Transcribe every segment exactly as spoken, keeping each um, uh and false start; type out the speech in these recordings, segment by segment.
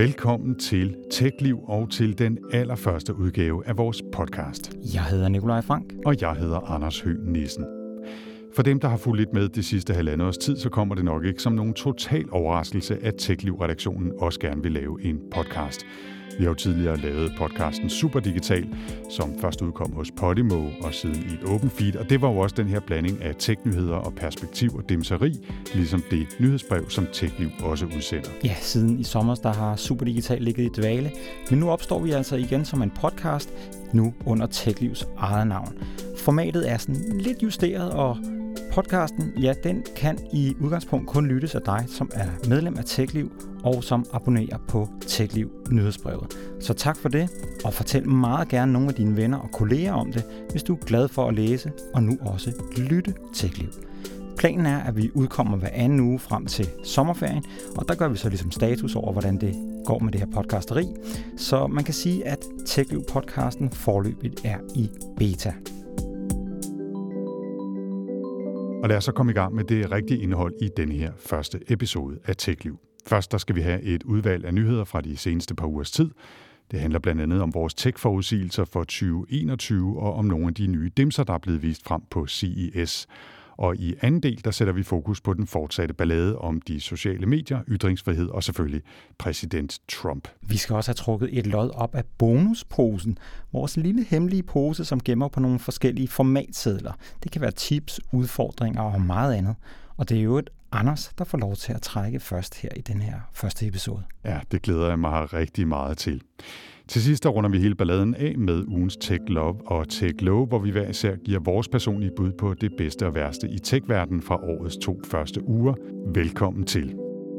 Velkommen til TechLiv og til den allerførste udgave af vores podcast. Jeg hedder Nikolaj Frank. Og jeg hedder Anders Høgh Nissen. For dem, der har fulgt lidt med det sidste halvandet års tid, så kommer det nok ikke som nogen total overraskelse, at TechLiv-redaktionen også gerne vil lave en podcast. Vi har jo tidligere lavet podcasten Superdigital, som først udkom hos Podimo og siden i et open feed, og det var jo også den her blanding af tech-nyheder og perspektiv og dimseri, ligesom det nyhedsbrev, som TechLiv også udsender. Ja, siden i sommer, der har Superdigital ligget i dvale, men nu opstår vi altså igen som en podcast, nu under TechLivs eget navn. Formatet er sådan lidt justeret, og podcasten, ja, den kan i udgangspunkt kun lyttes af dig, som er medlem af TechLiv og som abonnerer på TechLiv nyhedsbrevet. Så tak for det, og fortæl meget gerne nogle af dine venner og kolleger om det, hvis du er glad for at læse og nu også lytte TechLiv. Planen er, at vi udkommer hver anden uge frem til sommerferien, og der gør vi så ligesom status over, hvordan det går med det her podcasteri. Så man kan sige, at TechLiv-podcasten foreløbigt er i beta. Og lad os så komme i gang med det rigtige indhold i denne her første episode af TechLiv. Først der skal vi have et udvalg af nyheder fra de seneste par ugers tid. Det handler blandt andet om vores tech-forudsigelser for tyve enogtyve og om nogle af de nye dimser, der er blevet vist frem på C E S. Og i anden del, der sætter vi fokus på den fortsatte ballade om de sociale medier, ytringsfrihed og selvfølgelig præsident Trump. Vi skal også have trukket et lod op af bonusposen, vores lille hemmelige pose, som gemmer på nogle forskellige formatsedler. Det kan være tips, udfordringer og meget andet. Og det er jo et Anders, der får lov til at trække først her i den her første episode. Ja, det glæder jeg mig rigtig meget til. Til sidst der runder vi hele balladen af med ugens Tech Love og Tech Low, hvor vi hver især giver vores personlige bud på det bedste og værste i tech-verdenen fra årets to første uger. Velkommen til.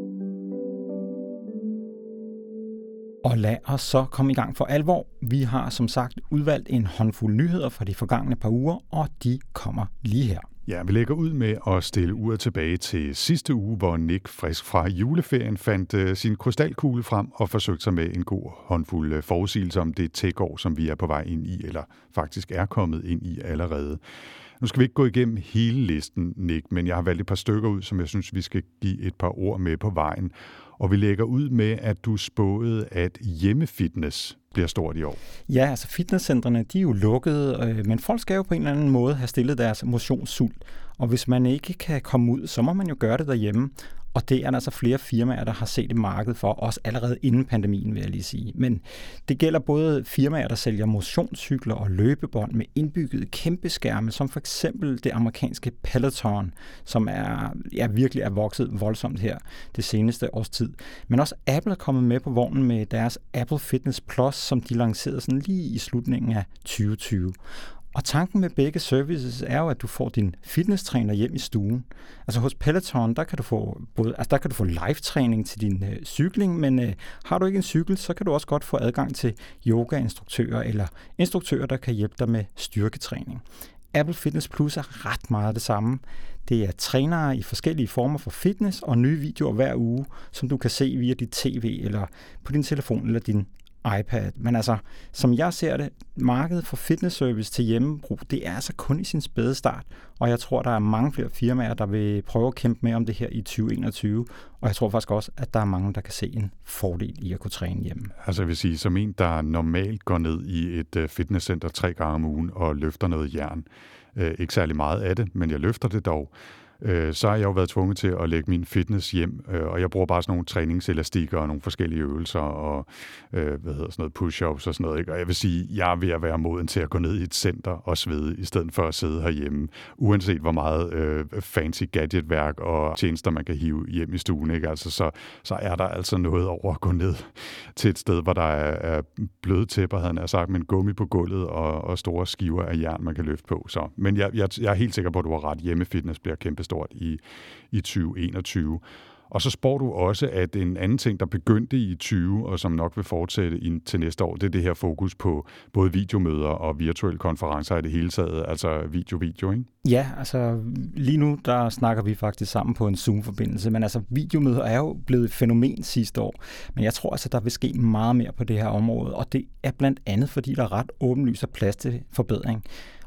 Og lad os så komme i gang for alvor. Vi har som sagt udvalgt en håndfuld nyheder fra de forgangne par uger, og de kommer lige her. Ja, vi lægger ud med at stille uret tilbage til sidste uge, hvor Nick frisk fra juleferien fandt uh, sin krystalkugle frem og forsøgte sig med en god håndfuld uh, forudsigelse om det tech-år, som vi er på vej ind i, eller faktisk er kommet ind i allerede. Nu skal vi ikke gå igennem hele listen, Nick, men jeg har valgt et par stykker ud, som jeg synes, vi skal give et par ord med på vejen. Og vi lægger ud med, at du spåede, at hjemmefitness bliver stort i år. Ja, altså fitnesscentrene, de er jo lukkede, øh, men folk skal jo på en eller anden måde have stillet deres motionssult. Og hvis man ikke kan komme ud, så må man jo gøre det derhjemme. Og det er der altså flere firmaer, der har set et marked for, også allerede inden pandemien, vil jeg lige sige. Men det gælder både firmaer, der sælger motionscykler og løbebånd med indbyggede kæmpe skærme, som for eksempel det amerikanske Peloton, som er, ja, virkelig er vokset voldsomt her det seneste års tid. Men også Apple er kommet med på vognen med deres Apple Fitness Plus, som de lancerede sådan lige i slutningen af tyve tyve. Og tanken med begge services er jo, at du får din fitnesstræner hjem i stuen. Altså hos Peloton, der kan du få både, altså der kan du få live-træning til din øh, cykling, men øh, har du ikke en cykel, så kan du også godt få adgang til yoga-instruktører eller instruktører, der kan hjælpe dig med styrketræning. Apple Fitness Plus er ret meget det samme. Det er trænere i forskellige former for fitness og nye videoer hver uge, som du kan se via dit tv eller på din telefon eller din iPad. Men altså, som jeg ser det, markedet for fitnessservice til hjemmebrug, det er altså kun i sin spæde start, og jeg tror, der er mange flere firmaer, der vil prøve at kæmpe med om det her i tyve enogtyve, og jeg tror faktisk også, at der er mange, der kan se en fordel i at kunne træne hjemme. Altså jeg vil sige, som en, der normalt går ned i et fitnesscenter tre gange om ugen og løfter noget jern, øh, ikke særlig meget af det, men jeg løfter det dog, så har jeg jo været tvunget til at lægge min fitness hjem, og jeg bruger bare sådan nogle træningselastikker og nogle forskellige øvelser og hvad hedder sådan noget push-ups og sådan noget, ikke? Og jeg vil sige, jeg er ved at være moden til at gå ned i et center og svede, i stedet for at sidde herhjemme, uanset hvor meget øh, fancy gadgetværk og tjenester man kan hive hjem i stuen, ikke? Altså, så, så er der altså noget over at gå ned til et sted, hvor der er, er bløde tæpper, havde jeg sagt, med en gummi på gulvet og, og store skiver af jern, man kan løfte på. Så, men jeg, jeg, jeg er helt sikker på, at du har ret. Hjemmefitness bliver kæmpe stort i, i tyve enogtyve. Og så spår du også, at en anden ting, der begyndte i tyve, og som nok vil fortsætte ind til næste år, det er det her fokus på både videomøder og virtuelle konferencer i det hele taget, altså video-video, ikke? Ja, altså lige nu, der snakker vi faktisk sammen på en Zoom-forbindelse, men altså videomøder er jo blevet et fænomen sidste år, men jeg tror altså, der vil ske meget mere på det her område, og det er blandt andet, fordi der er ret åbenlyst plads til forbedring.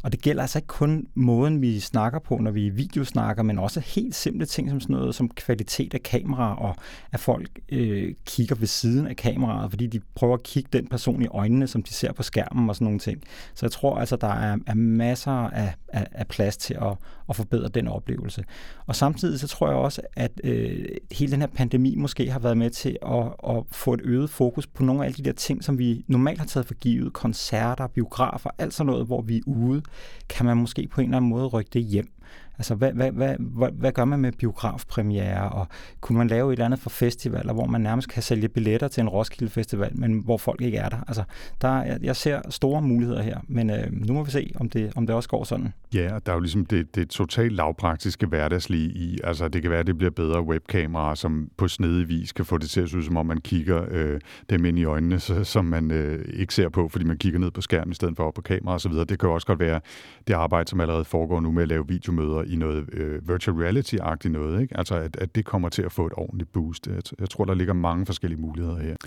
Og det gælder altså ikke kun måden, vi snakker på, når vi videosnakker, men også helt simple ting som sådan noget som kvalitet af kamera, og at folk øh, kigger ved siden af kameraet, fordi de prøver at kigge den person i øjnene, som de ser på skærmen og sådan nogle ting. Så jeg tror altså, der er, er masser af, af, af plads til at, at forbedre den oplevelse. Og samtidig så tror jeg også, at øh, hele den her pandemi måske har været med til at, at få et øget fokus på nogle af alle de der ting, som vi normalt har taget for givet, koncerter, biografer, alt sådan noget, hvor vi er ude, kan man måske på en eller anden måde rykke det hjem. Altså, hvad, hvad, hvad, hvad, hvad gør man med biografpremiere, og kunne man lave et eller andet for festivaler, hvor man nærmest kan sælge billetter til en Roskilde Festival, men hvor folk ikke er der? Altså, der jeg, jeg ser store muligheder her, men øh, nu må vi se, om det, om det også går sådan. Ja, der er jo ligesom det, det totalt lavpraktiske hverdagslige i. Altså, det kan være, at det bliver bedre webkameraer, som på snedig vis kan få det til at se ud, som om man kigger øh, dem ind i øjnene, så, som man øh, ikke ser på, fordi man kigger ned på skærmen i stedet for op på kamera og så videre. Det kan jo også godt være det arbejde, som allerede foregår nu med at lave videomøder i noget øh, virtual reality-agtigt noget, ikke? Altså, at, at det kommer til at få et ordentligt boost. Jeg, jeg tror, der ligger mange forskellige muligheder her.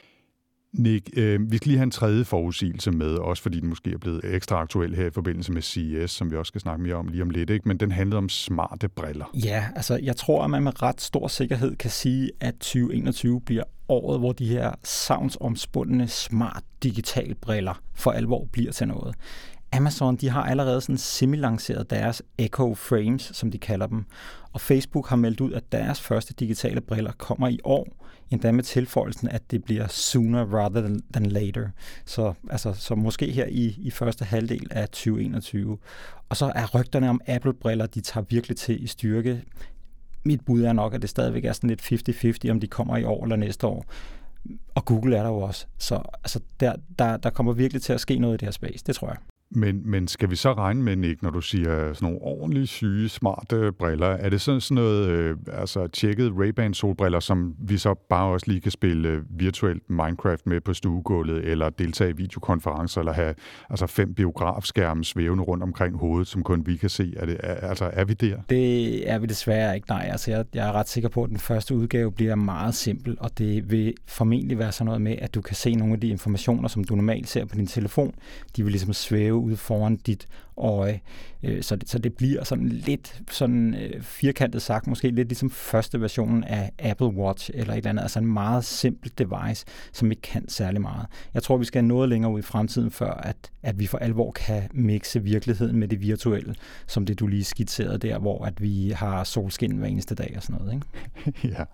Nick, øh, vi skal lige have en tredje forudsigelse med, også fordi den måske er blevet ekstra aktuel her i forbindelse med C E S, som vi også skal snakke mere om lige om lidt, ikke? Men den handlede om smarte briller. Ja, altså jeg tror, at man med ret stor sikkerhed kan sige, at tyve enogtyve bliver året, hvor de her savnsomspundne smart digital briller for alvor bliver til noget. Amazon, de har allerede sådan semi-lanceret deres Echo Frames, som de kalder dem. Og Facebook har meldt ud, at deres første digitale briller kommer i år, endda med tilføjelsen, at det bliver sooner rather than later. Så, altså, så måske her i, i første halvdel af tyve enogtyve. Og så er rygterne om Apple-briller, de tager virkelig til i styrke. Mit bud er nok, at det stadigvæk er sådan lidt halvtreds halvtreds, om de kommer i år eller næste år. Og Google er der jo også. Så altså, der, der, der kommer virkelig til at ske noget i det her space, det tror jeg. Men, men skal vi så regne med, Nick, når du siger sådan nogle ordentligt syge, smarte briller? Er det sådan, sådan noget, øh, altså tjekket Ray-Ban solbriller, som vi så bare også lige kan spille øh, virtuelt Minecraft med på stuegulvet, eller deltage i videokonferencer, eller have altså fem biografskærme svævende rundt omkring hovedet, som kun vi kan se? Er det, er, altså, er vi der? Det er vi desværre ikke, nej. Altså, jeg, jeg er ret sikker på, at den første udgave bliver meget simpel, og det vil formentlig være sådan noget med, at du kan se nogle af de informationer, som du normalt ser på din telefon. De vil ligesom svæve ude foran dit øje. Så det, så det bliver sådan lidt sådan firkantet sagt, måske lidt ligesom første versionen af Apple Watch eller et eller andet. Altså en meget simpel device, som ikke kan særlig meget. Jeg tror, vi skal noget længere ud i fremtiden, før at, at vi for alvor kan mixe virkeligheden med det virtuelle, som det du lige skitserede der, hvor at vi har solskin hver eneste dag og sådan noget, ikke? Ja.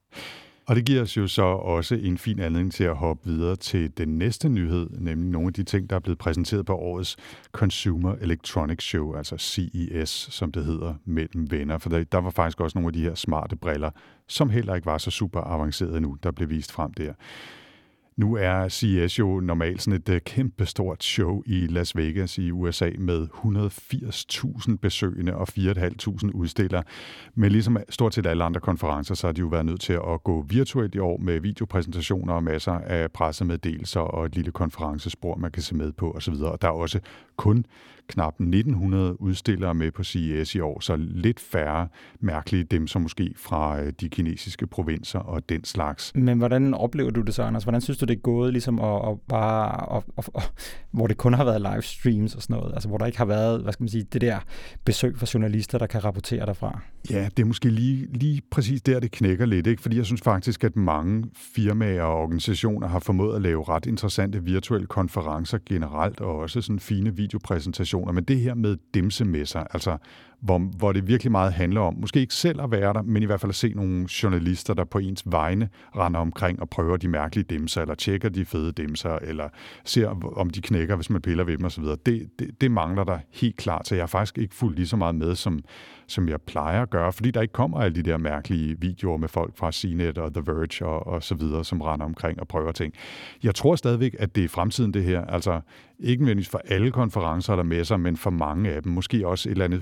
Og det giver os jo så også en fin anledning til at hoppe videre til den næste nyhed, nemlig nogle af de ting, der er blevet præsenteret på årets Consumer Electronics Show, altså C E S, som det hedder, mellem venner. For der, der var faktisk også nogle af de her smarte briller, som heller ikke var så super avancerede endnu, der blev vist frem der. Nu er C E S jo normalt sådan et kæmpe stort show i Las Vegas i U S A med et hundrede og firs tusind besøgende og fire tusind fem hundrede udstillere. Men ligesom stort set alle andre konferencer, så har de jo været nødt til at gå virtuelt i år med videopræsentationer og masser af pressemeddelelser og et lille konferencespor, man kan se med på osv. Og der er også kun knap nitten hundrede udstillere med på C E S i år, så lidt færre mærkelige dem, som måske fra de kinesiske provinser og den slags. Men hvordan oplever du det så, Anders? Hvordan synes du, det er gået, ligesom at, at bare, at, at, at, hvor det kun har været livestreams og sådan noget, altså hvor der ikke har været, hvad skal man sige, det der besøg for journalister, der kan rapportere derfra? Ja, det er måske lige, lige præcis der, det knækker lidt, ikke? Fordi jeg synes faktisk, at mange firmaer og organisationer har formået at lave ret interessante virtuelle konferencer generelt, og også sådan fine videopræsentationer. Men det her med dimsemesser, altså hvor, hvor det virkelig meget handler om, måske ikke selv at være der, men i hvert fald at se nogle journalister, der på ens vegne render omkring og prøver de mærkelige dimser, eller tjekker de fede dimser, eller ser, om de knækker, hvis man piller ved dem osv. Det, det, det mangler der helt klart, så jeg har faktisk ikke fulgt lige så meget med, som, som jeg plejer at gøre, fordi der ikke kommer alle de der mærkelige videoer med folk fra C net og The Verge og, og så videre, som render omkring og prøver ting. Jeg tror stadigvæk, at det er fremtiden det her, altså ikke nødvendigvis for alle konferencer eller messer, men for mange af dem. Måske også et eller andet hybrid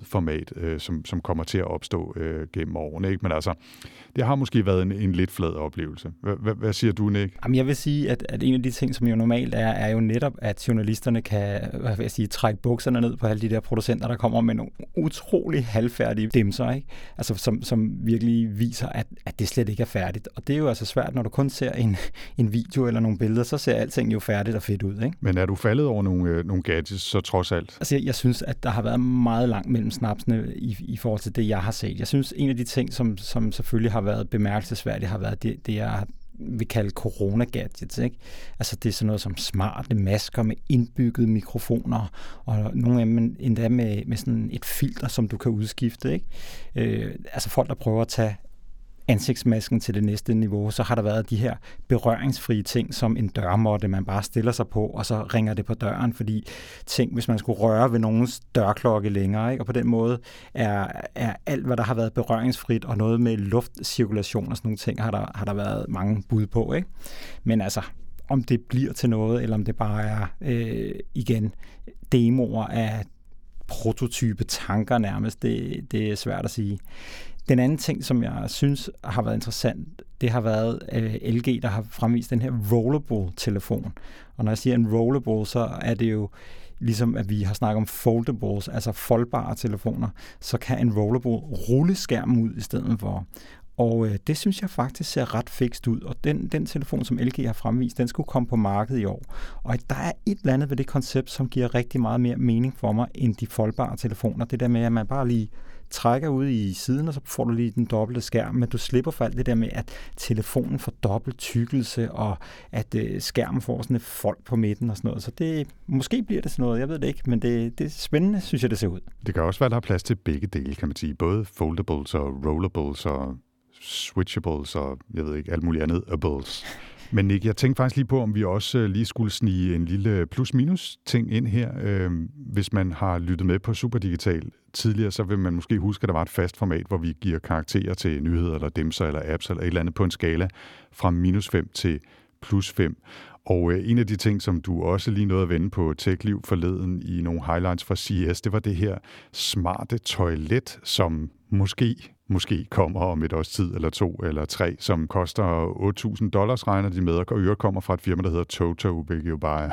format, øh, som, som kommer til at opstå øh, gennem årene. Ikke? Men altså, det har måske været en, en lidt flad oplevelse. Hvad, hvad siger du, Nick? Jamen, jeg vil sige, at, at en af de ting, som jo normalt er, er jo netop, at journalisterne kan hvad vil jeg sige, trække bukserne ned på alle de der producenter, der kommer med nogle utrolig halvfærdige dimser, ikke? Altså, som, som virkelig viser, at, at det slet ikke er færdigt. Og det er jo altså svært, når du kun ser en, en video eller nogle billeder, så ser alting jo færdigt og fedt ud, ikke? Men er du faldet over nogle, øh, nogle gadgets, så trods alt? Altså, jeg, jeg synes, at der har været meget langt mellem snapsene i, i forhold til det, jeg har set. Jeg synes, en af de ting, som, som selvfølgelig har været bemærkelsesværdigt, har været det, det jeg vil kalde corona-gadgets, ikke? Altså, det er sådan noget som smarte masker med indbyggede mikrofoner, og nogle af dem endda med, med sådan et filter, som du kan udskifte, ikke? Øh, altså, folk, der prøver at tage ansigtsmasken til det næste niveau, så har der været de her berøringsfrie ting, som en dørmåtte, man bare stiller sig på, og så ringer det på døren, fordi ting, hvis man skulle røre ved nogens dørklokke længere, ikke? Og på den måde er, er alt, hvad der har været berøringsfrit, og noget med luftcirkulation og sådan nogle ting, har der, har der været mange bud på, ikke? Men altså, om det bliver til noget, eller om det bare er, øh, igen, demoer af prototype tanker nærmest, det, det er svært at sige. Den anden ting, som jeg synes har været interessant, det har været øh, L G, der har fremvist den her rollable-telefon. Og når jeg siger en rollable, så er det jo ligesom, at vi har snakket om foldables, altså foldbare telefoner, så kan en rollable rulle skærmen ud i stedet for. Og øh, det synes jeg faktisk ser ret fikst ud. Og den, den telefon, som L G har fremvist, den skulle komme på markedet i år. Og der er et eller andet ved det koncept, som giver rigtig meget mere mening for mig, end de foldbare telefoner. Det der med, at man bare lige trækker ud i siden, og så får du lige den dobbelte skærm, men du slipper for alt det der med, at telefonen får dobbelt tykkelse, og at øh, skærmen får sådan et fold på midten og sådan noget. Så det, måske bliver det sådan noget, jeg ved det ikke, men det, det er spændende, synes jeg, det ser ud. Det kan også være, der er plads til begge dele, kan man sige. Både foldables og rollables og switchables og jeg ved ikke, alt muligt andet ables. Men Nick, jeg tænkte faktisk lige på, om vi også lige skulle snige en lille plus-minus-ting ind her. Øh, hvis man har lyttet med på Superdigital tidligere, så vil man måske huske, at der var et fast format, hvor vi giver karakterer til nyheder, eller dimser, eller apps, eller et eller andet på en skala fra minus fem til plus fem. Og øh, en af de ting, som du også lige nåede at vende på TechLiv forleden i nogle highlights fra C E S, det var det her smarte toilet, som måske, måske kommer om et års tid, eller to, eller tre, som koster otte tusind dollars, regner de med, og øvrigt kommer fra et firma, der hedder Toto, hvilket jo bare er,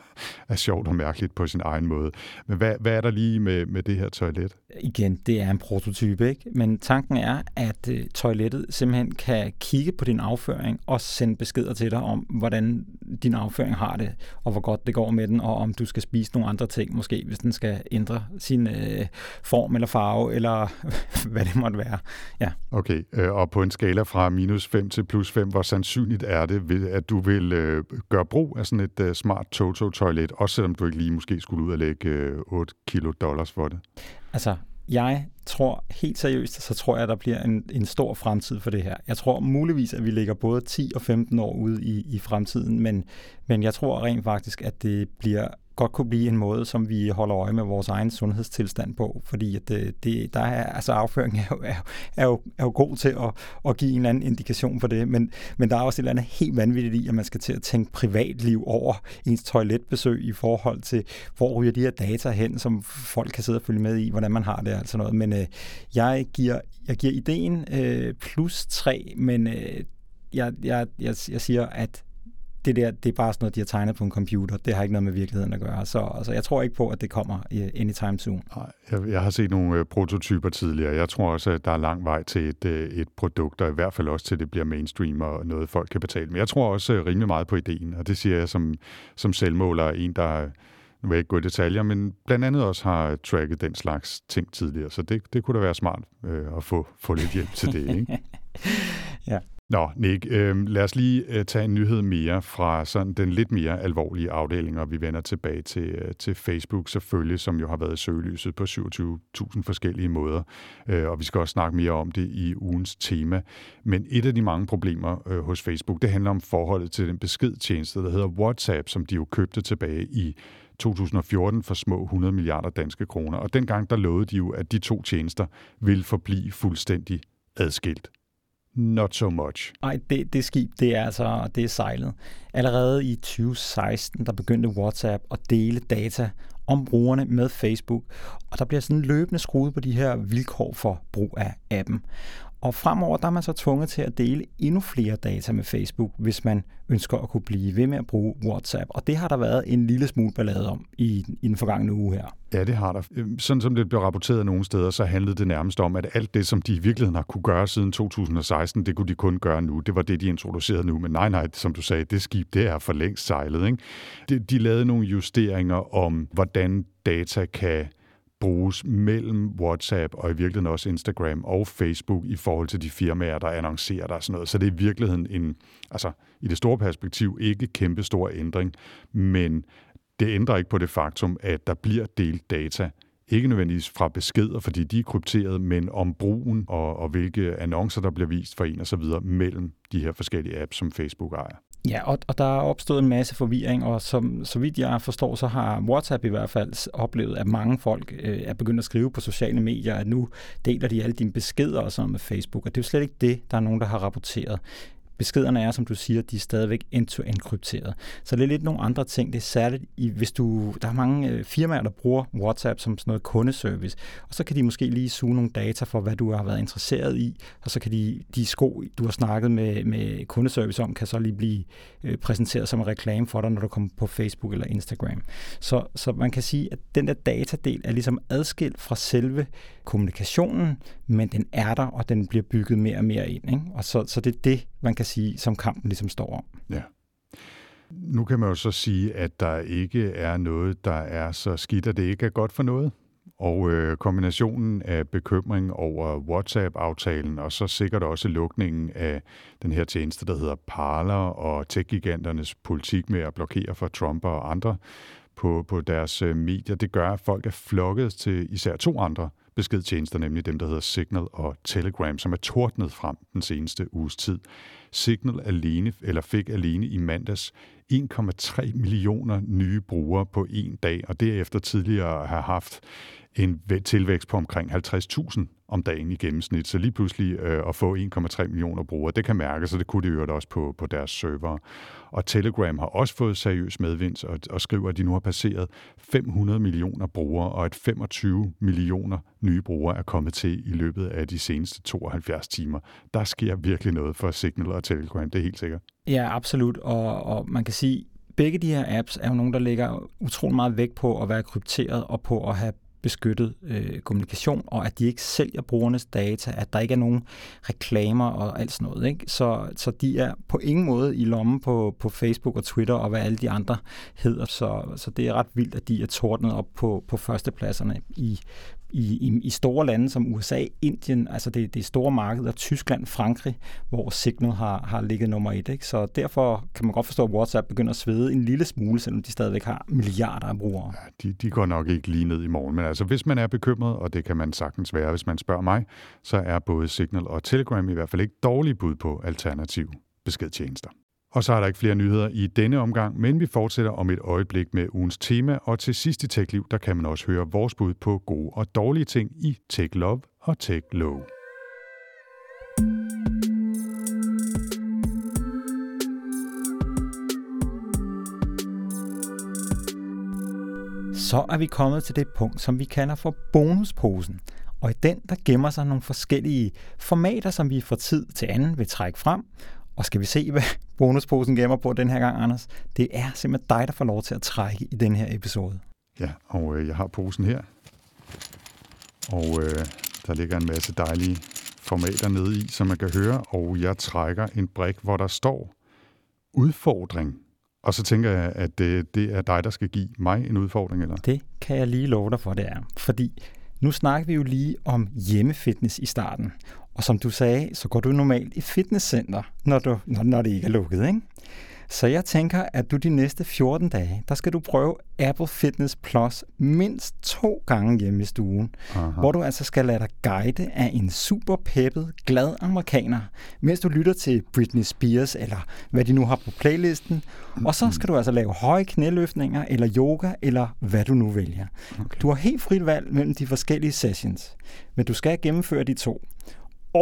er sjovt og mærkeligt på sin egen måde. Men hvad, hvad er der lige med, med det her toilet? Igen, det er en prototype, ikke? Men tanken er, at uh, toilettet simpelthen kan kigge på din afføring og sende beskeder til dig om, hvordan din afføring har det, og hvor godt det går med den, og om du skal spise nogle andre ting, måske hvis den skal ændre sin uh, form eller farve, eller hvad det måtte være. Ja. Okay, og på en skala fra minus fem til plus fem, hvor sandsynligt er det, at du vil uh, gøre brug af sådan et uh, smart Toto-toilet, også selvom du ikke lige måske skulle ud og lægge uh, otte kilo dollars for det? Altså, jeg tror helt seriøst, så tror jeg, at der bliver en, en stor fremtid for det her. Jeg tror muligvis, at vi ligger både ti og femten år ude i, i fremtiden, men, men jeg tror rent faktisk, at det bliver godt kunne blive en måde, som vi holder øje med vores egen sundhedstilstand på, fordi at det, det, der er, altså afføring er jo, er, er, jo, er jo god til at, at give en eller anden indikation for det, men, men der er også et eller andet helt vanvittigt i, at man skal til at tænke privatliv over ens toiletbesøg i forhold til, hvor ryger de her data hen, som folk kan sidde og følge med i, hvordan man har det, altså noget. Men øh, jeg, giver, jeg giver ideen øh, plus tre, men øh, jeg, jeg, jeg, jeg siger, at det der, det er bare sådan noget, de har tegnet på en computer. Det har ikke noget med virkeligheden at gøre. Så altså, jeg tror ikke på, at det kommer anytime soon. Nej, jeg, jeg har set nogle øh, prototyper tidligere. Jeg tror også, at der er lang vej til et, øh, et produkt, og i hvert fald også til, at det bliver mainstream og noget, folk kan betale. Men jeg tror også øh, rimelig meget på ideen, og det siger jeg som, som selvmåler. En, der, nu vil jeg ikke gå i detaljer, men blandt andet også har tracket den slags ting tidligere. Så det, det kunne da være smart øh, at få, få lidt hjælp til det, ikke? Ja. Nå, Nick, øh, lad os lige øh, tage en nyhed mere fra sådan den lidt mere alvorlige afdeling, og vi vender tilbage til, øh, til Facebook selvfølgelig, som jo har været i søgelyset på syvogtyve tusind forskellige måder, øh, og vi skal også snakke mere om det i ugens tema. Men et af de mange problemer øh, hos Facebook, det handler om forholdet til den beskedtjeneste, der hedder WhatsApp, som de jo købte tilbage i to tusind og fjorten for små hundrede milliarder danske kroner. Og dengang der lovede de jo, at de to tjenester ville forblive fuldstændig adskilt. Not so much. Nej, det, det skib, det er altså, det er sejlet. Allerede i tyve seksten, der begyndte WhatsApp at dele data om brugerne med Facebook, og der bliver sådan løbende skruet på de her vilkår for brug af appen. Og fremover der er man så tvunget til at dele endnu flere data med Facebook, hvis man ønsker at kunne blive ved med at bruge WhatsApp. Og det har der været en lille smule ballade om i, i den forgangne uge her. Ja, det har der. Sådan som det blev rapporteret nogle steder, så handlede det nærmest om, at alt det, som de i virkeligheden har kunne gøre siden to tusind og seksten, det kunne de kun gøre nu. Det var det, de introducerede nu. Men nej, nej, som du sagde, det skib, det er for længst sejlet. Ikke? De, de lavede nogle justeringer om, hvordan data kan bruges mellem WhatsApp og i virkeligheden også Instagram og Facebook i forhold til de firmaer, der annoncerer der og sådan noget. Så det er i virkeligheden en, altså i det store perspektiv, ikke kæmpe stor ændring, men det ændrer ikke på det faktum, at der bliver delt data. Ikke nødvendigvis fra beskeder, fordi de er krypteret, men om brugen og, og hvilke annoncer, der bliver vist for en og så videre mellem de her forskellige apps, som Facebook ejer. Ja, og, og der er opstået en masse forvirring, og som, så vidt jeg forstår, så har WhatsApp i hvert fald oplevet, at mange folk øh, er begyndt at skrive på sociale medier, at nu deler de alle dine beskeder og sådan med Facebook, og det er jo slet ikke det, der er nogen, der har rapporteret. Beskederne er, som du siger, de er stadigvæk end-to-end krypteret. Så det er lidt nogle andre ting. Det er særligt, i, hvis du... Der er mange øh, firmaer, der bruger WhatsApp som sådan noget kundeservice, og så kan de måske lige suge nogle data for, hvad du har været interesseret i, og så kan de, de sko, du har snakket med, med kundeservice om, kan så lige blive øh, præsenteret som en reklame for dig, når du kommer på Facebook eller Instagram. Så, så man kan sige, at den der datadel er ligesom adskilt fra selve kommunikationen, men den er der, og den bliver bygget mere og mere ind. Ikke? Og så, så det er det, man kan sige, som kampen ligesom står om. Ja. Nu kan man jo så sige, at der ikke er noget, der er så skidt, at det ikke er godt for noget. Og øh, kombinationen af bekymring over WhatsApp-aftalen, og så sikkert også lukningen af den her tjeneste, der hedder Parler, og tech-giganternes politik med at blokere for Trump og andre på, på deres øh, medier, det gør, at folk er flokket til især to andre beskedtjenester, nemlig dem, der hedder Signal og Telegram, som er tordnet frem den seneste uges tid. Signal alene, eller fik alene i mandags en komma tre millioner nye brugere på en dag, og derefter tidligere har haft en tilvækst på omkring halvtreds tusind om dagen i gennemsnit. Så lige pludselig øh, at få en komma tre millioner brugere, det kan mærkes, og det kunne de jo også på, på deres server. Og Telegram har også fået seriøs medvind og, og skriver, at de nu har passeret fem hundrede millioner brugere, og at femogtyve millioner nye brugere er kommet til i løbet af de seneste tooghalvfjerds timer. Der sker virkelig noget for Signal og Telegram, det er helt sikkert. Ja, absolut, og, og man kan sige, begge de her apps er jo nogle, der lægger utrolig meget vægt på at være krypteret og på at have beskyttet øh, kommunikation, og at de ikke sælger brugernes data, at der ikke er nogen reklamer og alt sådan noget. Ikke? Så, så de er på ingen måde i lommen på, på Facebook og Twitter og hvad alle de andre hedder. Så, så det er ret vildt, at de er tordnet op på, på førstepladserne i, i, i, i store lande som U S A, Indien, altså det, det er store markeder, Tyskland, Frankrig, hvor Signal har, har ligget nummer et. Ikke? Så derfor kan man godt forstå, at WhatsApp begynder at svede en lille smule, selvom de stadigvæk har milliarder af brugere. Ja, de, de går nok ikke lige ned i morgen, men altså hvis man er bekymret, og det kan man sagtens være, hvis man spørger mig, så er både Signal og Telegram i hvert fald ikke dårlige bud på alternative beskedtjenester. Og så er der ikke flere nyheder i denne omgang, men vi fortsætter om et øjeblik med ugens tema, og til sidst i TechLiv, der kan man også høre vores bud på gode og dårlige ting i Tech Love og Tech Low. Så er vi kommet til det punkt, som vi kalder for bonusposen. Og i den, der gemmer sig nogle forskellige formater, som vi fra tid til anden vil trække frem. Og skal vi se, hvad bonusposen gemmer på den her gang, Anders? Det er simpelthen dig, der får lov til at trække i den her episode. Ja, og øh, jeg har posen her. Og øh, der ligger en masse dejlige formater nede i, som man kan høre. Og jeg trækker en brik, hvor der står udfordring. Og så tænker jeg, at det, det er dig, der skal give mig en udfordring, eller? Det kan jeg lige love dig for, det er. Fordi nu snakker vi jo lige om hjemmefitness i starten. Og som du sagde, så går du normalt i fitnesscenter, når, du, når, når det ikke er lukket, ikke? Så jeg tænker, at du de næste fjorten dage, der skal du prøve Apple Fitness Plus mindst to gange hjemme i stuen. Aha. Hvor du altså skal lade dig guide af en super peppet, glad amerikaner, mens du lytter til Britney Spears, eller hvad de nu har på playlisten. Og så skal du altså lave høje knæløftninger, eller yoga, eller hvad du nu vælger. Okay. Du har helt frit valg mellem de forskellige sessions, men du skal gennemføre de to. Og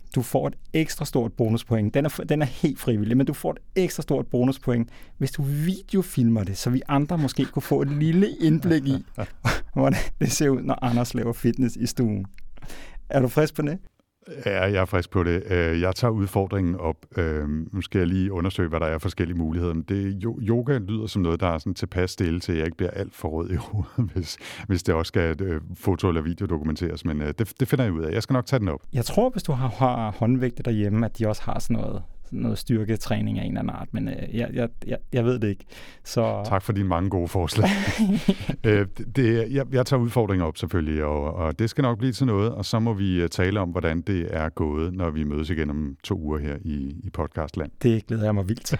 du får et ekstra stort bonuspoint. Den er, den er helt frivillig, men du får et ekstra stort bonuspoint, hvis du videofilmer det, så vi andre måske kunne få et lille indblik i, hvordan det ser ud, når Anders laver fitness i stuen. Er du frisk på det? Ja, jeg er frisk på det. Jeg tager udfordringen op. Nu skal jeg lige undersøge, hvad der er forskellige muligheder. Men det, yoga lyder som noget, der er sådan tilpas stille til, at jeg ikke bliver alt for rød i hovedet, hvis, hvis det også skal foto- eller videodokumenteres. Men det, det finder jeg ud af. Jeg skal nok tage den op. Jeg tror, hvis du har, har håndvægte derhjemme, at de også har sådan noget, noget styrketræning af en eller anden art, men øh, jeg, jeg, jeg, jeg ved det ikke. Så... Tak for dine mange gode forslag. øh, det, jeg, jeg tager udfordringer op selvfølgelig, og, og det skal nok blive til noget, og så må vi tale om, hvordan det er gået, når vi mødes igen om to uger her i, i Podcastland. Det glæder jeg mig vildt til.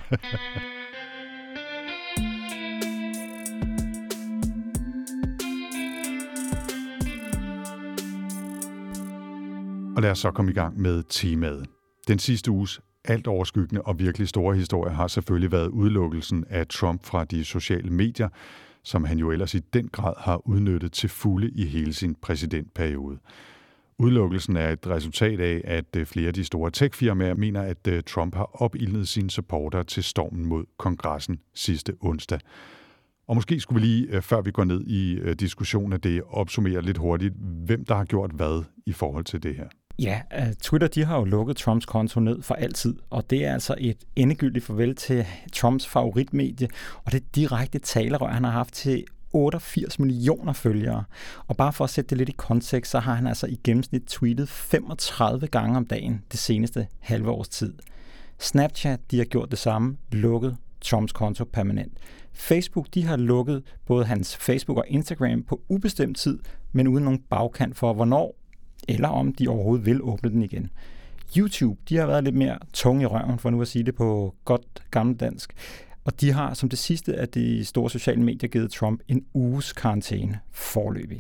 Og lad os så komme i gang med temaet. Den sidste uges alt overskyggende og virkelig store historie har selvfølgelig været udelukkelsen af Trump fra de sociale medier, som han jo ellers i den grad har udnyttet til fulde i hele sin præsidentperiode. Udelukkelsen er et resultat af, at flere af de store tech-firmaer mener, at Trump har opildnet sine supportere til stormen mod kongressen sidste onsdag. Og måske skulle vi lige, før vi går ned i diskussionen af det, opsummere lidt hurtigt, hvem der har gjort hvad i forhold til det her. Ja, Twitter de har jo lukket Trumps konto ned for altid, og det er altså et endegyldigt farvel til Trumps favoritmedie, og det direkte talerør, han har haft til otteogfirs millioner følgere. Og bare for at sætte det lidt i kontekst, så har han altså i gennemsnit tweetet femogtredive gange om dagen det seneste halve års tid. Snapchat, de har gjort det samme, lukket Trumps konto permanent. Facebook, de har lukket både hans Facebook og Instagram på ubestemt tid, men uden nogen bagkant for, hvornår eller om de overhovedet vil åbne den igen. YouTube, de har været lidt mere tunge i røven, for nu at sige det på godt gammeldansk. Og de har som det sidste af de store sociale medier givet Trump en uges karantæne foreløbig.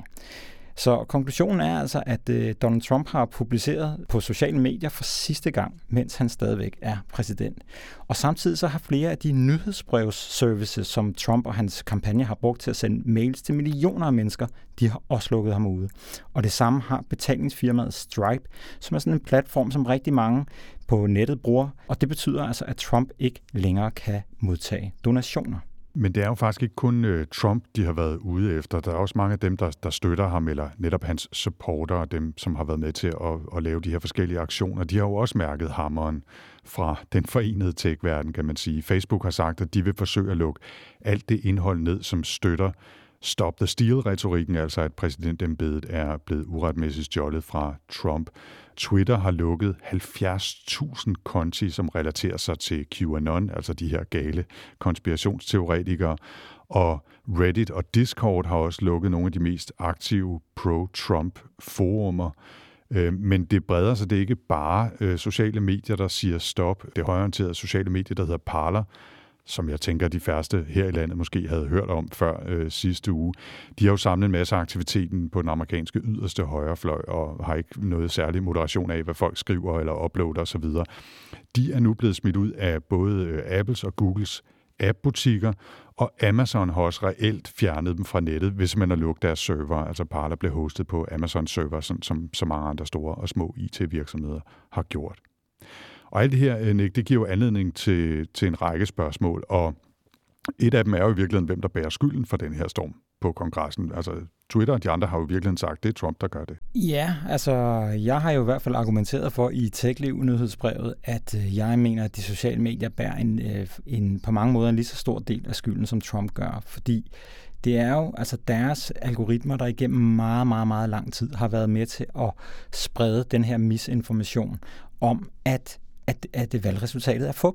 Så konklusionen er altså, at øh, Donald Trump har publiceret på sociale medier for sidste gang, mens han stadigvæk er præsident. Og samtidig så har flere af de nyhedsbrevsservices, som Trump og hans kampagne har brugt til at sende mails til millioner af mennesker, de har også lukket ham ude. Og det samme har betalingsfirmaet Stripe, som er sådan en platform, som rigtig mange på nettet bruger. Og det betyder altså, at Trump ikke længere kan modtage donationer. Men det er jo faktisk ikke kun uh, Trump, de har været ude efter. Der er også mange af dem, der, der støtter ham, eller netop hans supportere, dem som har været med til at, at lave de her forskellige aktioner. De har jo også mærket hammeren fra den forenede tech-verden, kan man sige. Facebook har sagt, at de vil forsøge at lukke alt det indhold ned, som støtter Stop the Steal-retorikken, altså at præsidentembedet er blevet uretmæssigt stjålet fra Trump. Twitter har lukket halvfjerds tusind konti, som relaterer sig til QAnon, altså de her gale konspirationsteoretikere. Og Reddit og Discord har også lukket nogle af de mest aktive pro-Trump-forumer. Men det breder sig, det er ikke bare sociale medier, der siger stop. Det højreorienterede sociale medier, der hedder Parler, som jeg tænker, de færreste her i landet måske havde hørt om før øh, sidste uge. De har jo samlet en masse aktiviteten på den amerikanske yderste højrefløj og har ikke noget særlig moderation af, hvad folk skriver eller uploader osv. De er nu blevet smidt ud af både øh, Apples og Googles app-butikker, og Amazon har også reelt fjernet dem fra nettet, hvis man har lukket deres server. Altså Parler blev hostet på Amazon-server, som, som så mange andre store og små I T-virksomheder har gjort. Og alt det her, Nick, det giver jo anledning til, til en række spørgsmål, og et af dem er jo i virkeligheden, hvem der bærer skylden for den her storm på kongressen. Altså Twitter og de andre har jo i virkeligheden sagt, det er Trump, der gør det. Ja, altså jeg har jo i hvert fald argumenteret for i TechLiv-nyhedsbrevet, at jeg mener, at de sociale medier bærer en, en, på mange måder en lige så stor del af skylden, som Trump gør, fordi det er jo altså deres algoritmer, der igennem meget, meget, meget lang tid har været med til at sprede den her misinformation om, at At, at valgresultatet er fup.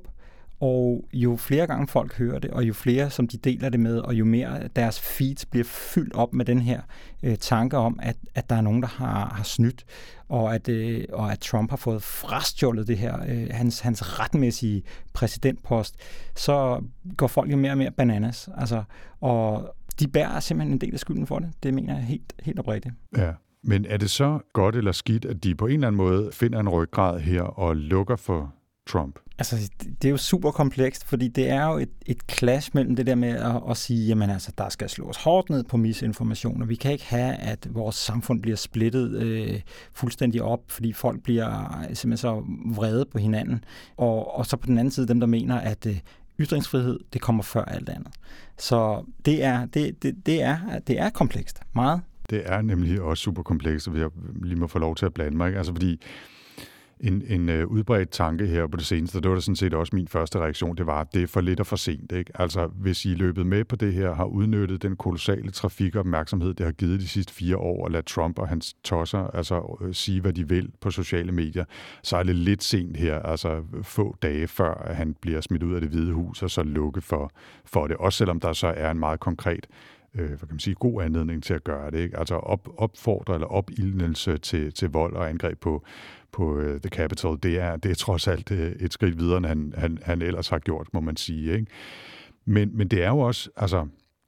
Og jo flere gange folk hører det, og jo flere som de deler det med, og jo mere deres feeds bliver fyldt op med den her øh, tanke om, at, at der er nogen, der har, har snydt, og at, øh, og at Trump har fået frastjålet det her, øh, hans, hans retmæssige præsidentpost, så går folk jo mere og mere bananas. Altså, og de bærer simpelthen en del af skylden for det. Det mener jeg helt, helt oprigtigt. Ja. Men er det så godt eller skidt, at de på en eller anden måde finder en ryggrad her og lukker for Trump? Altså, det er jo super komplekst, fordi det er jo et, et clash mellem det der med at, at sige, jamen altså, der skal slås hårdt ned på misinformation, og vi kan ikke have, at vores samfund bliver splittet øh, fuldstændig op, fordi folk bliver simpelthen så vrede på hinanden. Og, og så på den anden side dem, der mener, at øh, ytringsfrihed, det kommer før alt andet. Så det er, det, det, det er, det er komplekst. Meget. Det er nemlig også super komplekst, og jeg lige må få lov til at blande mig, ikke? Altså fordi En, en uh, udbredt tanke her på det seneste, det var da sådan set også min første reaktion, det var, at det er for lidt og for sent. Ikke? Altså, hvis I løbet med på det her, har udnyttet den kolossale trafik og opmærksomhed, det har givet de sidste fire år, og lade Trump og hans tosser altså, uh, sige, hvad de vil på sociale medier, så er det lidt sent her, altså få dage før, at han bliver smidt ud af det Hvide Hus, og så lukke for, for det. Også selvom der så er en meget konkret Øh, hvad kan man sige, god anledning til at gøre det. Ikke? Altså op, opfordre eller opildnelse til, til vold og angreb på, på uh, The Capitol, det er, det er trods alt uh, et skridt videre, end han, han, han ellers har gjort, må man sige. Ikke? Men, men det er jo også altså,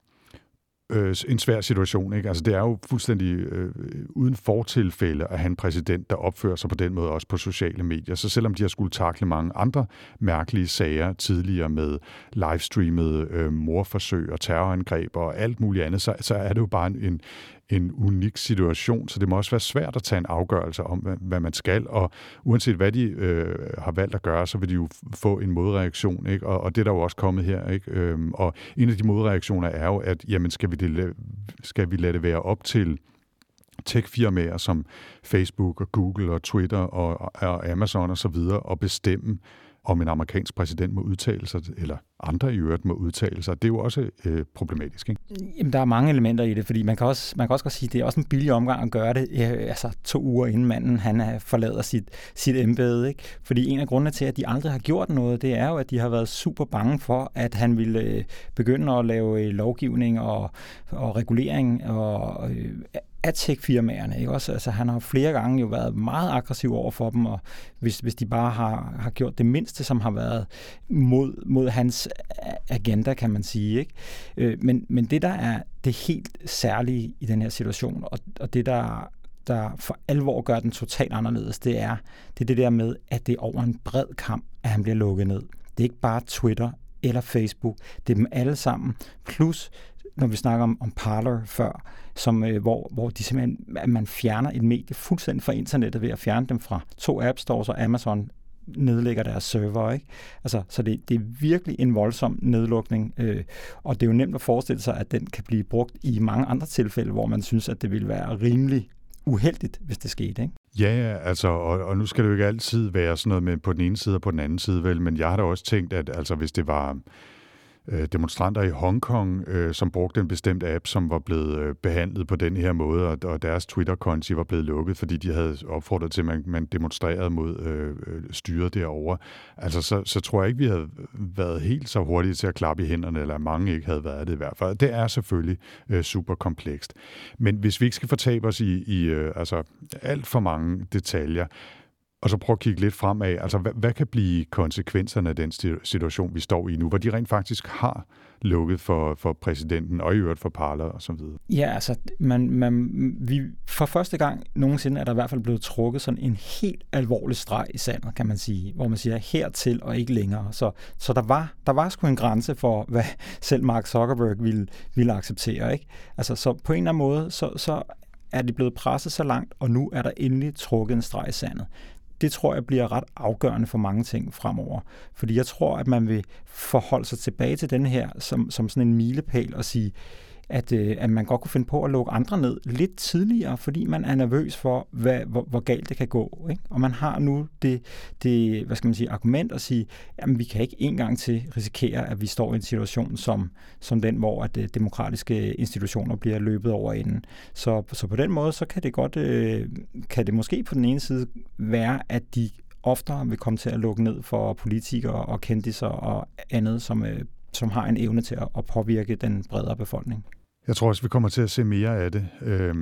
øh, en svær situation. Ikke? Altså, det er jo fuldstændig øh, uden fortilfælde at have en præsident, der opfører sig på den måde også på sociale medier. Så selvom de har skulle takle mange andre mærkelige sager tidligere med livestreamede øh, mordforsøg og terrorangreb og alt muligt andet, så, så er det jo bare en, en unik situation, så det må også være svært at tage en afgørelse om, hvad, hvad man skal, og uanset hvad de øh, har valgt at gøre, så vil de jo få en modreaktion, ikke? Og, og det er der jo også kommet her, ikke? Øhm, og en af de modreaktioner er jo, at jamen, skal vi, det, skal vi lade det være op til tech-firmaer som Facebook og Google og Twitter og, og Amazon og så videre, og bestemme, om en amerikansk præsident må udtale sig, eller andre i øvrigt må udtale sig. Det er jo også øh, problematisk, ikke? Jamen, der er mange elementer i det, fordi man kan også, man kan også godt sige, at det er også en billig omgang at gøre det, øh, altså to uger inden manden han forlader sit, sit embede, ikke? Fordi en af grundene til, at de aldrig har gjort noget, det er jo, at de har været super bange for, at han ville øh, begynde at lave øh, lovgivning og, og regulering og øh, af tech-firmaerne, ikke også? Altså, han har flere gange jo været meget aggressiv over for dem, og hvis, hvis de bare har, har gjort det mindste, som har været mod, mod hans agenda, kan man sige, ikke? Øh, men, men det, der er det helt særlige i den her situation, og, og det, der, der for alvor gør den totalt anderledes, det er, det er det der med, at det er over en bred kamp, at han bliver lukket ned. Det er ikke bare Twitter eller Facebook, det er dem alle sammen, plus når vi snakker om, om Parler før, som, øh, hvor, hvor de simpelthen, man fjerner et medie fuldstændig fra internettet ved at fjerne dem fra to app stores, og Amazon nedlægger deres server, ikke? Altså, så det, det er virkelig en voldsom nedlukning, øh, og det er jo nemt at forestille sig, at den kan blive brugt i mange andre tilfælde, hvor man synes, at det ville være rimelig uheldigt, hvis det skete, ikke? Ja, ja, altså, og, og nu skal det jo ikke altid være sådan noget med på den ene side og på den anden side, vel, men jeg har da også tænkt, at altså, hvis det var demonstranter i Hongkong, øh, som brugte en bestemt app, som var blevet øh, behandlet på den her måde, og, og deres Twitter-konti var blevet lukket, fordi de havde opfordret til, at man, man demonstrerede mod øh, styret derovre. Altså, så, så tror jeg ikke, vi havde været helt så hurtige til at klappe i hænderne, eller mange ikke havde været det i hvert fald. Det er selvfølgelig øh, super komplekst. Men hvis vi ikke skal fortabe os i, i øh, altså, alt for mange detaljer, og så prøv at kigge lidt fremad. Altså, hvad, hvad kan blive konsekvenserne af den situation, vi står i nu, hvor de rent faktisk har lukket for, for præsidenten, og i øvrigt for Parler og så videre? Ja, altså, man, man, vi, for første gang nogensinde er der i hvert fald blevet trukket sådan en helt alvorlig streg i sandet, kan man sige, hvor man siger hertil og ikke længere. Så, så der var der var sgu en grænse for, hvad selv Mark Zuckerberg ville, ville acceptere, ikke? Altså, så på en eller anden måde, så, så er det blevet presset så langt, og nu er der endelig trukket en streg i sandet. Det tror jeg bliver ret afgørende for mange ting fremover. Fordi jeg tror, at man vil forholde sig tilbage til den her som, som sådan en milepæl og sige, at, øh, at man godt kunne finde på at lukke andre ned lidt tidligere, fordi man er nervøs for, hvad, hvor, hvor galt det kan gå. Ikke? Og man har nu det, det hvad skal man sige, argument at sige, at vi kan ikke en gang til risikere, at vi står i en situation som, som den, hvor at, øh, demokratiske institutioner bliver løbet over enden. Så, så på den måde, så kan det godt, øh, kan det måske på den ene side være, at de oftere vil komme til at lukke ned for politikere og kendiser og andet, som øh, som har en evne til at påvirke den bredere befolkning. Jeg tror også, vi kommer til at se mere af det.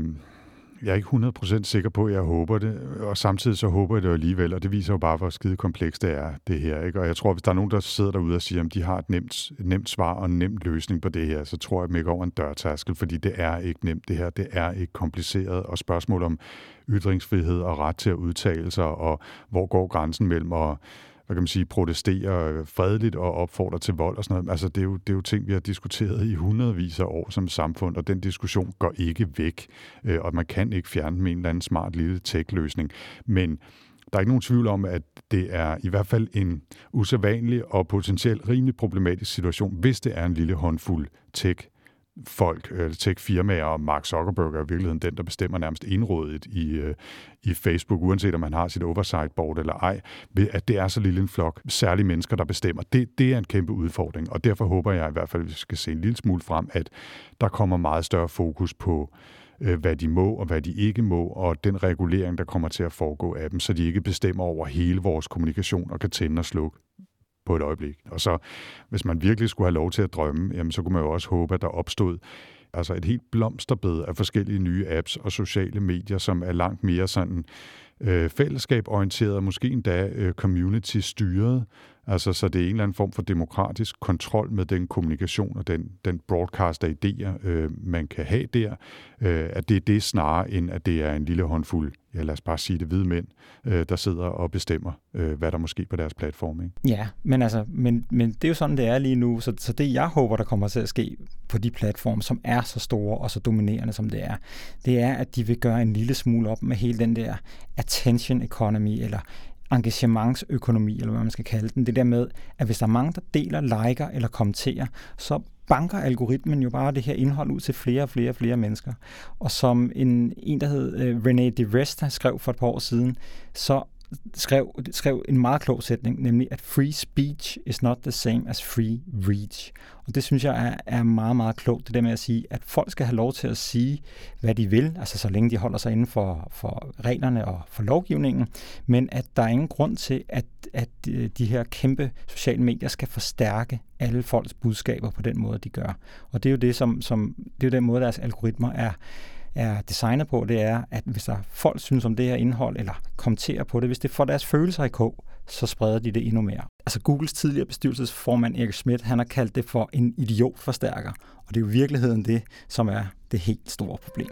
Jeg er ikke hundrede procent sikker på, at jeg håber det, og samtidig så håber jeg det alligevel, og det viser jo bare, hvor skide komplekst det er, det her. Ikke? Og jeg tror, hvis der er nogen, der sidder derude og siger, at de har et nemt, et nemt svar og en nem løsning på det her, så tror jeg dem ikke over en dørtærskel, fordi det er ikke nemt det her. Det er ikke kompliceret, og spørgsmål om ytringsfrihed og ret til at udtale sig, og hvor går grænsen mellem at hvad kan man sige, protestere fredeligt og opfordre til vold og sådan noget. Altså, det er jo, det er jo ting, vi har diskuteret i hundredvis af år som samfund, og den diskussion går ikke væk, øh, og man kan ikke fjerne med en eller anden smart lille tech-løsning. Men der er ikke nogen tvivl om, at det er i hvert fald en usædvanlig og potentielt rimelig problematisk situation, hvis det er en lille håndfuld tech folk, tech-firmaer, og Mark Zuckerberg er i virkeligheden den, der bestemmer nærmest indrådet i, i Facebook, uanset om man har sit oversight-board eller ej, at det er så lille en flok særlige mennesker, der bestemmer. Det, det er en kæmpe udfordring, og derfor håber jeg i hvert fald, at vi skal se en lille smule frem, at der kommer meget større fokus på, hvad de må og hvad de ikke må, og den regulering, der kommer til at foregå af dem, så de ikke bestemmer over hele vores kommunikation og kan tænde og slukke på et øjeblik. Og så, hvis man virkelig skulle have lov til at drømme, jamen, så kunne man jo også håbe, at der opstod altså et helt blomsterbed af forskellige nye apps og sociale medier, som er langt mere sådan øh, fællesskaborienteret, og måske endda øh, community-styret, altså så det er en eller anden form for demokratisk kontrol med den kommunikation og den, den broadcast af idéer, øh, man kan have der, øh, at det er det snarere, end at det er en lille håndfuld, ja lad os bare sige det, hvide mænd, øh, der sidder og bestemmer, øh, hvad der måske på deres platform. Ikke? Ja, men altså, men, men det er jo sådan, det er lige nu, så, så det jeg håber, der kommer til at ske på de platforme, som er så store og så dominerende, som det er, det er, at de vil gøre en lille smule op med hele den der attention economy, eller engagementsøkonomi, eller hvad man skal kalde den. Det der med, at hvis der er mange, der deler, liker eller kommenterer, så banker algoritmen jo bare det her indhold ud til flere og flere og flere mennesker. Og som en, en der hed uh, René DeResta skrev for et par år siden, så skrev, skrev en meget klog sætning, nemlig at free speech is not the same as free reach. Og det synes jeg er, er meget, meget klogt, det der med at sige, at folk skal have lov til at sige, hvad de vil, altså så længe de holder sig inden for, for reglerne og for lovgivningen, men at der er ingen grund til, at, at de her kæmpe sociale medier skal forstærke alle folks budskaber på den måde, de gør. Og det er jo det, som, som det er jo den måde, deres algoritmer er er designet på, det er, at hvis der folk synes om det her indhold, eller kommenterer på det, hvis det får deres følelser i kog, så spreder de det endnu mere. Altså Googles tidligere bestyrelsesformand Eric Schmidt, han har kaldt det for en idiotforstærker, og det er jo i virkeligheden det, som er det helt store problem.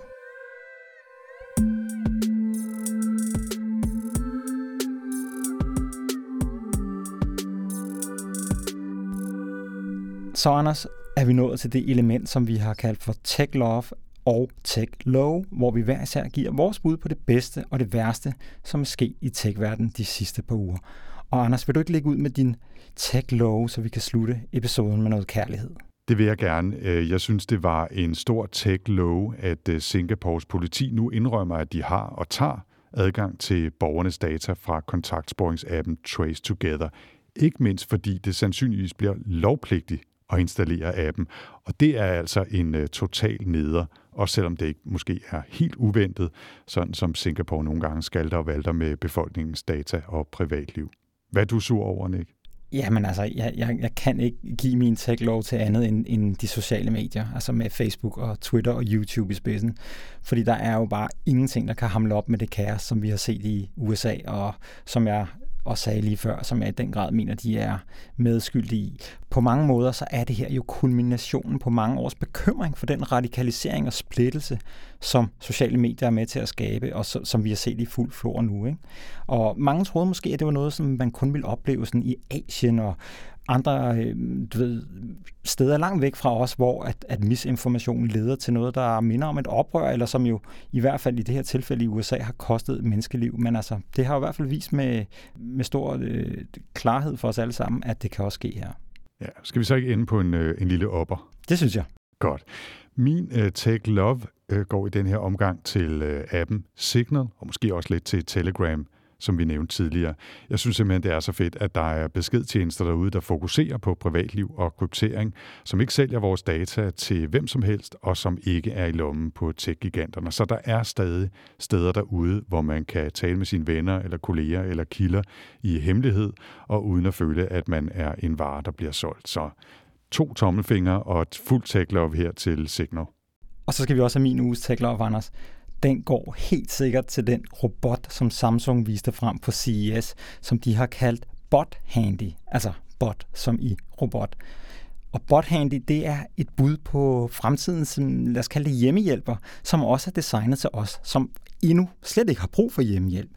Så Anders, er vi nået til det element, som vi har kaldt for Tech Love og Tech Low, hvor vi hver især giver vores bud på det bedste og det værste, som er sket i tech-verdenen de sidste par uger. Og Anders, vil du ikke lægge ud med din Tech Low, så vi kan slutte episoden med noget kærlighed? Det vil jeg gerne. Jeg synes, det var en stor tech low, at Singapores politi nu indrømmer, at de har og tager adgang til borgernes data fra kontaktsporingsappen Trace Together. Ikke mindst fordi det sandsynligvis bliver lovpligtigt at installere appen. Og det er altså en uh, total neder, også selvom det ikke måske er helt uventet, sådan som Singapore nogle gange skalter og valter med befolkningens data og privatliv. Hvad er du sur over, Nick? Jamen altså, jeg, jeg, jeg kan ikke give min tech-lov til andet end, end de sociale medier, altså med Facebook og Twitter og YouTube i spidsen. Fordi der er jo bare ingenting, der kan hamle op med det kaos, som vi har set i U S A, og som jeg også sagde lige før, som jeg i den grad mener, de er medskyldige i. På mange måder, så er det her jo kulminationen på mange års bekymring for den radikalisering og splittelse, som sociale medier er med til at skabe, og så, som vi har set i fuld flor nu. Ikke? Og mange troede måske, at det var noget, som man kun ville opleve sådan i Asien og andre du ved, steder langt væk fra os, hvor at, at misinformation leder til noget, der minder om et oprør, eller som jo i hvert fald i det her tilfælde i U S A har kostet menneskeliv. Men altså, det har jo i hvert fald vist med, med stor øh, klarhed for os alle sammen, at det kan også ske her. Ja, skal vi så ikke ende på en, øh, en lille opper? Det synes jeg. Godt. Min øh, Tech Love øh, går i den her omgang til øh, appen Signal, og måske også lidt til Telegram, som vi nævnte tidligere. Jeg synes simpelthen, det er så fedt, at der er beskedtjenester derude, der fokuserer på privatliv og kryptering, som ikke sælger vores data til hvem som helst, og som ikke er i lommen på tech-giganterne. Så der er stadig steder derude, hvor man kan tale med sine venner eller kolleger eller kilder i hemmelighed, og uden at føle, at man er en vare, der bliver solgt. Så to tommelfingre og et fuldt tech-love her til Signal. Og så skal vi også have min uges tech-love, Anders. Den går helt sikkert til den robot, som Samsung viste frem på C E S, som de har kaldt Bot Handy, altså bot som i robot. Og Bot Handy, det er et bud på fremtidens, lad os kalde det hjemmehjælper, som også er designet til os, som endnu slet ikke har brug for hjemmehjælp.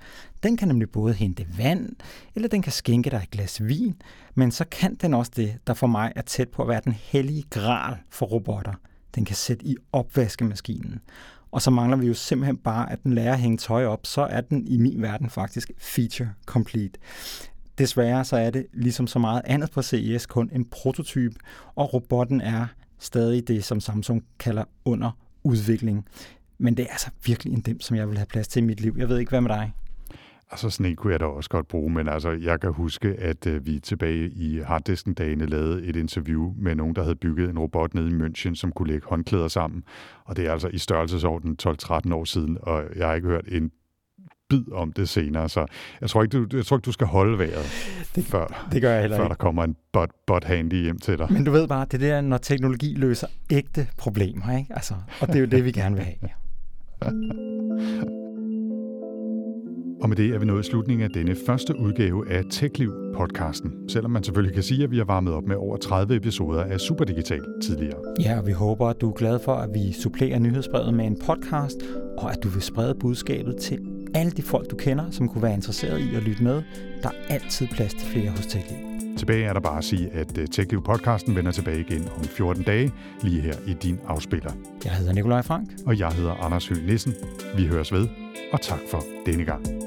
Den kan nemlig både hente vand, eller den kan skænke dig et glas vin, men så kan den også det, der for mig er tæt på at være den hellige gral for robotter. Den kan sætte i opvaskemaskinen. Og så mangler vi jo simpelthen bare, at den lærer at hænge tøj op, så er den i min verden faktisk feature complete. Desværre så er det, ligesom så meget andet på C E S, kun en prototype, og robotten er stadig det, som Samsung kalder under udvikling. Men det er altså virkelig en dem, som jeg vil have plads til i mit liv. Jeg ved ikke, hvad med dig? Altså sådan en kunne jeg da også godt bruge, men altså jeg kan huske, at øh, vi tilbage i harddisken-dagene lavede et interview med nogen, der havde bygget en robot nede i München, som kunne lægge håndklæder sammen. Og det er altså i størrelsesorden tolv tretten år siden, og jeg har ikke hørt en bid om det senere, så jeg tror ikke, du, jeg tror ikke, du skal holde vejret, det, før, det gør jeg heller før ikke. der kommer en bot, bot handy hjem til dig. Men du ved bare, det der, når teknologi løser ægte problemer, ikke? Altså, og det er jo det, vi gerne vil have. Og med det er vi nået i slutningen af denne første udgave af TechLiv-podcasten. Selvom man selvfølgelig kan sige, at vi har varmet op med over tredive episoder af Superdigital tidligere. Ja, og vi håber, at du er glad for, at vi supplerer nyhedsbrevet med en podcast, og at du vil sprede budskabet til alle de folk, du kender, som kunne være interesseret i at lytte med. Der er altid plads til flere hos TechLiv. Tilbage er der bare at sige, at TechLiv-podcasten vender tilbage igen om fjorten dage, lige her i din afspiller. Jeg hedder Nikolaj Frank. Og jeg hedder Anders Høgh Nissen. Vi høres ved, og tak for denne gang.